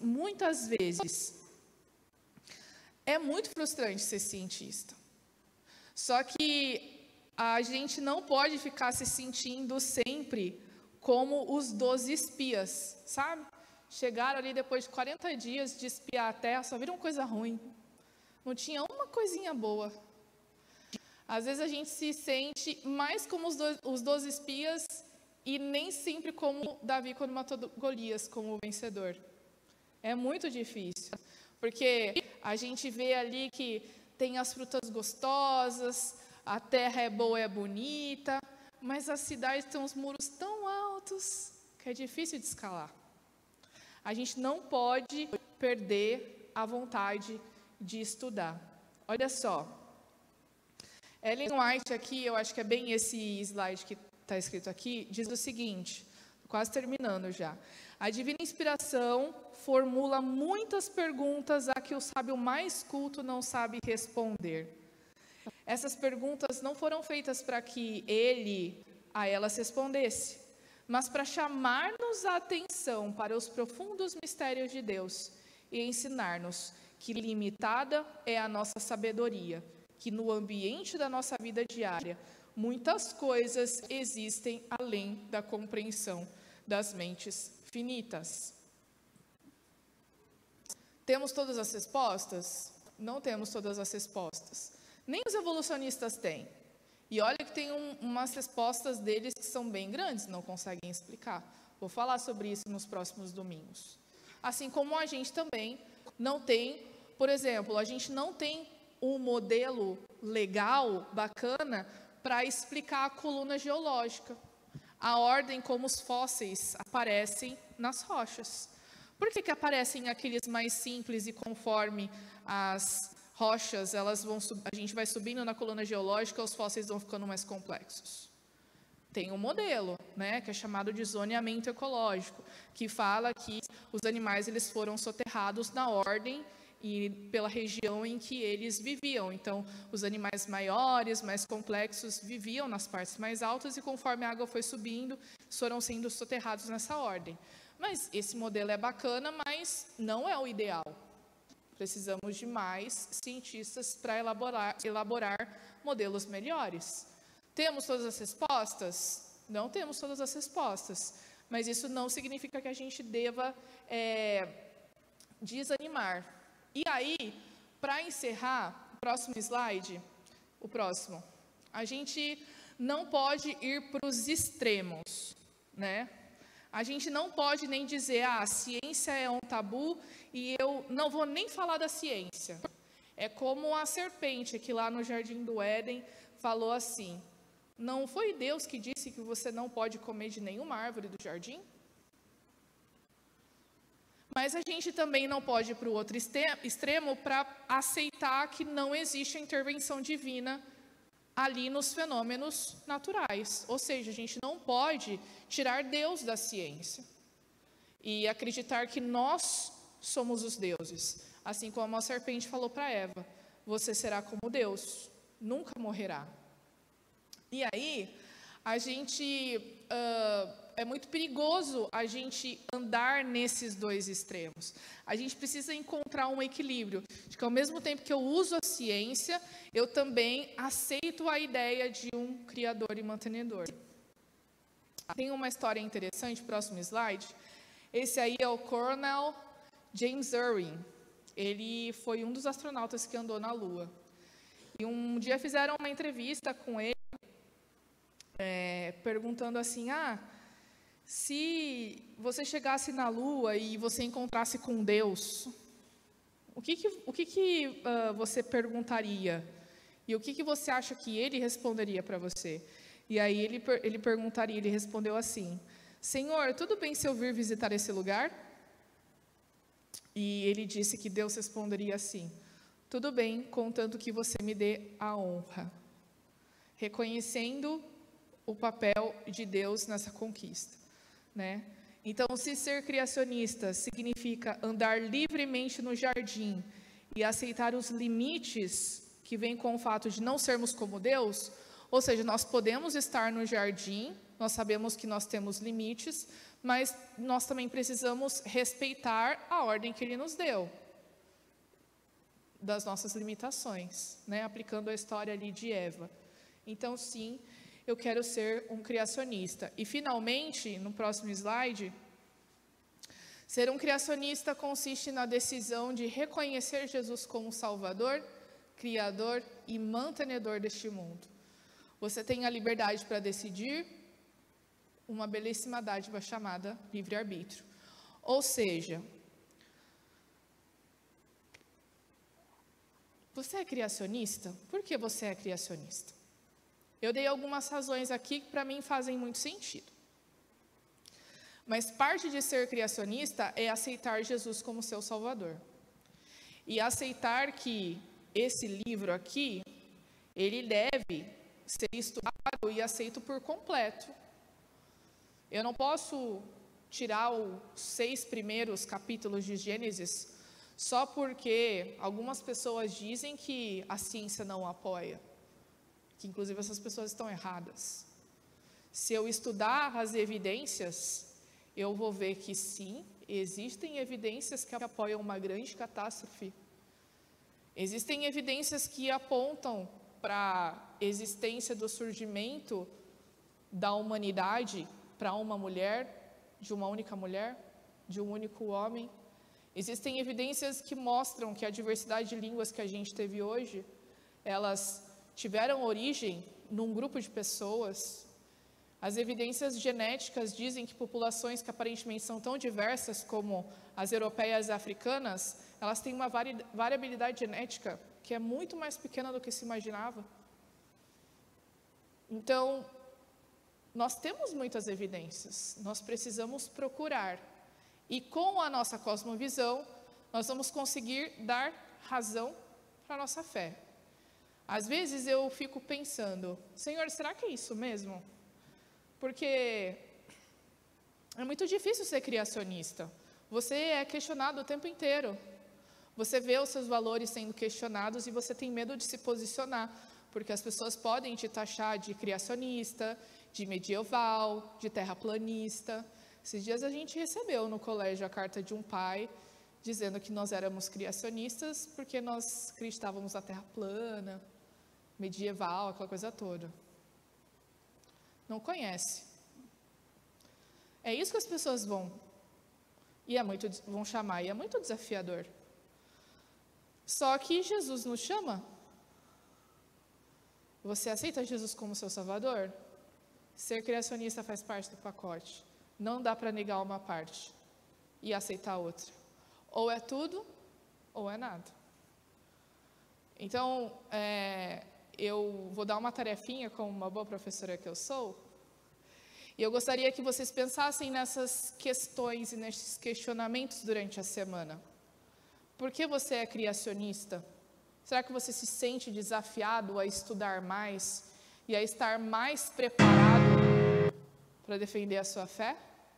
é muito frustrante ser cientista. Só que a gente não pode ficar se sentindo sempre como os 12 espias, sabe? Chegaram ali depois de 40 dias de espiar a Terra, só viram coisa ruim. Não tinha uma coisinha boa. Às vezes a gente se sente mais como os 12 espias e nem sempre como Davi quando matou Golias, como o vencedor. É muito difícil, porque a gente vê ali que tem as frutas gostosas, a terra é boa, é bonita, mas as cidades têm uns muros tão altos que é difícil de escalar. A gente não pode perder a vontade de estudar. Olha só, Ellen White aqui, eu acho que é bem esse slide que está escrito aqui, diz o seguinte, quase terminando já. A divina inspiração formula muitas perguntas a que o sábio mais culto não sabe responder. Essas perguntas não foram feitas para que ele a elas respondesse, mas para chamar-nos chamarmos a atenção para os profundos mistérios de Deus e ensinar-nos que limitada é a nossa sabedoria, que no ambiente da nossa vida diária, muitas coisas existem além da compreensão das mentes finitas. Temos todas as respostas? Não temos todas as respostas. Nem os evolucionistas têm. E olha que tem umas respostas deles que são bem grandes, não conseguem explicar. Vou falar sobre isso nos próximos domingos. Assim como a gente também não tem, por exemplo, a gente não tem um modelo legal, bacana, para explicar a coluna geológica, a ordem como os fósseis aparecem nas rochas. Por que aparecem aqueles mais simples e conforme as rochas, a gente vai subindo na coluna geológica, os fósseis vão ficando mais complexos? Tem um modelo, né, que é chamado de zoneamento ecológico, que fala que os animais eles foram soterrados na ordem e pela região em que eles viviam. Então, os animais maiores, mais complexos, viviam nas partes mais altas e conforme a água foi subindo, foram sendo soterrados nessa ordem. Mas esse modelo é bacana, mas não é o ideal. Precisamos de mais cientistas para elaborar modelos melhores. Temos todas as respostas? Não temos todas as respostas, mas isso não significa que a gente deva desanimar. E aí, para encerrar, próximo slide, o próximo, a gente não pode ir para os extremos, né? A gente não pode nem dizer, a ciência é um tabu e eu não vou nem falar da ciência. É como a serpente que lá no Jardim do Éden falou assim, não foi Deus que disse que você não pode comer de nenhuma árvore do jardim? Mas a gente também não pode ir para o outro extremo para aceitar que não existe a intervenção divina ali nos fenômenos naturais. Ou seja, a gente não pode tirar Deus da ciência e acreditar que nós somos os deuses. Assim como a serpente falou para Eva, você será como Deus, nunca morrerá. E aí, a gente, é muito perigoso a gente andar nesses dois extremos. A gente precisa encontrar um equilíbrio, de que ao mesmo tempo que eu uso a ciência, eu também aceito a ideia de um Criador e mantenedor. Tem uma história interessante, próximo slide. Esse aí é o Coronel James Irwin. Ele foi um dos astronautas que andou na Lua. E um dia fizeram uma entrevista com ele, perguntando assim, se você chegasse na Lua e você encontrasse com Deus, o que você perguntaria? E o que você acha que ele responderia para você? E aí ele respondeu assim, Senhor, tudo bem se eu vir visitar esse lugar? E ele disse que Deus responderia assim, tudo bem, contanto que você me dê a honra, reconhecendo o papel de Deus nessa conquista, né? Então, se ser criacionista significa andar livremente no jardim e aceitar os limites que vêm com o fato de não sermos como Deus, ou seja, nós podemos estar no jardim, nós sabemos que nós temos limites, mas nós também precisamos respeitar a ordem que Ele nos deu, das nossas limitações, né? Aplicando a história ali de Eva. Então, sim, eu quero ser um criacionista. E, finalmente, no próximo slide, ser um criacionista consiste na decisão de reconhecer Jesus como Salvador, Criador e mantenedor deste mundo. Você tem a liberdade para decidir, uma belíssima dádiva chamada livre-arbítrio. Ou seja, você é criacionista? Por que você é criacionista? Eu dei algumas razões aqui que para mim fazem muito sentido. Mas parte de ser criacionista é aceitar Jesus como seu Salvador. E aceitar que esse livro aqui, ele deve ser estudado e aceito por completo. Eu não posso tirar os 6 primeiros capítulos de Gênesis só porque algumas pessoas dizem que a ciência não apoia. Que inclusive essas pessoas estão erradas. Se eu estudar as evidências eu vou ver que sim, existem evidências que apoiam uma grande catástrofe. Existem evidências que apontam para a existência do surgimento da humanidade para uma mulher, de uma única mulher, de um único homem. Existem evidências que mostram que a diversidade de línguas que a gente teve hoje, elas tiveram origem num grupo de pessoas. As evidências genéticas dizem que populações que aparentemente são tão diversas como as europeias e africanas, elas têm uma variabilidade genética que é muito mais pequena do que se imaginava. Então, nós temos muitas evidências, nós precisamos procurar. E com a nossa cosmovisão, nós vamos conseguir dar razão para a nossa fé. Às vezes eu fico pensando, Senhor, será que é isso mesmo? Porque é muito difícil ser criacionista. Você é questionado o tempo inteiro. Você vê os seus valores sendo questionados e você tem medo de se posicionar, porque as pessoas podem te taxar de criacionista, de medieval, de terraplanista. Esses dias a gente recebeu no colégio a carta de um pai dizendo que nós éramos criacionistas porque nós acreditávamos na terra plana, medieval, aquela coisa toda. Não conhece. É isso que as pessoas vão chamar, e é muito desafiador. Só que Jesus nos chama. Você aceita Jesus como seu Salvador? Ser criacionista faz parte do pacote. Não dá para negar uma parte e aceitar outra. Ou é tudo, ou é nada. Então, eu vou dar uma tarefinha como uma boa professora que eu sou. E eu gostaria que vocês pensassem nessas questões e nesses questionamentos durante a semana. Por que você é criacionista? Será que você se sente desafiado a estudar mais e a estar mais preparado para defender a sua fé?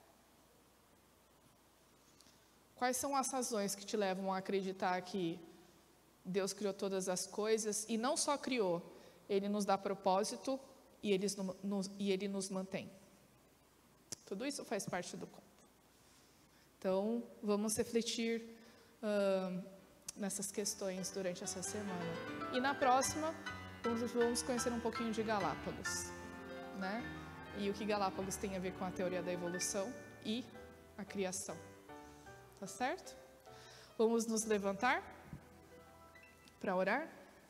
Quais são as razões que te levam a acreditar que Deus criou todas as coisas e não só criou, Ele nos dá propósito e Ele nos mantém? Tudo isso faz parte do conto. Então, vamos refletir nessas questões durante essa semana. E na próxima, vamos conhecer um pouquinho de Galápagos, né? E o que Galápagos tem a ver com a teoria da evolução e a criação. Tá certo? Vamos nos levantar para orar?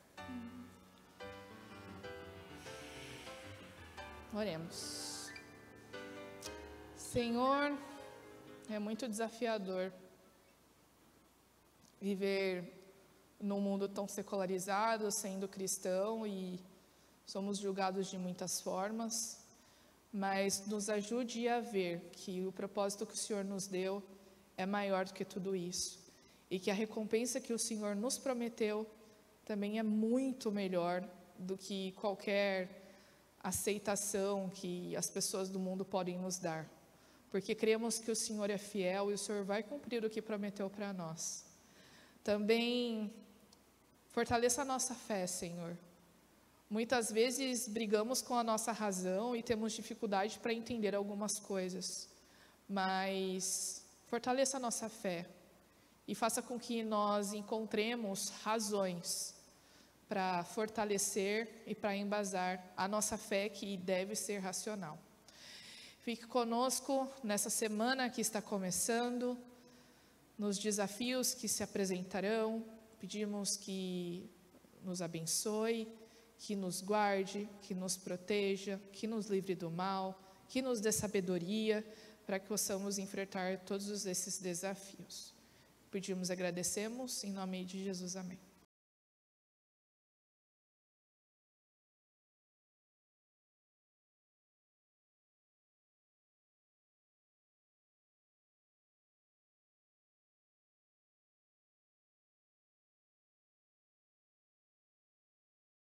Oremos. Senhor, é muito desafiador viver num mundo tão secularizado, sendo cristão, e somos julgados de muitas formas, mas nos ajude a ver que o propósito que o Senhor nos deu é maior do que tudo isso, e que a recompensa que o Senhor nos prometeu também é muito melhor do que qualquer aceitação que as pessoas do mundo podem nos dar, porque cremos que o Senhor é fiel e o Senhor vai cumprir o que prometeu para nós. Também fortaleça a nossa fé, Senhor. Muitas vezes brigamos com a nossa razão e temos dificuldade para entender algumas coisas, mas fortaleça a nossa fé e faça com que nós encontremos razões para fortalecer e para embasar a nossa fé, que deve ser racional. Fique conosco nessa semana que está começando, nos desafios que se apresentarão. Pedimos que nos abençoe, que nos guarde, que nos proteja, que nos livre do mal, que nos dê sabedoria para que possamos enfrentar todos esses desafios. Pedimos e agradecemos, em nome de Jesus, amém.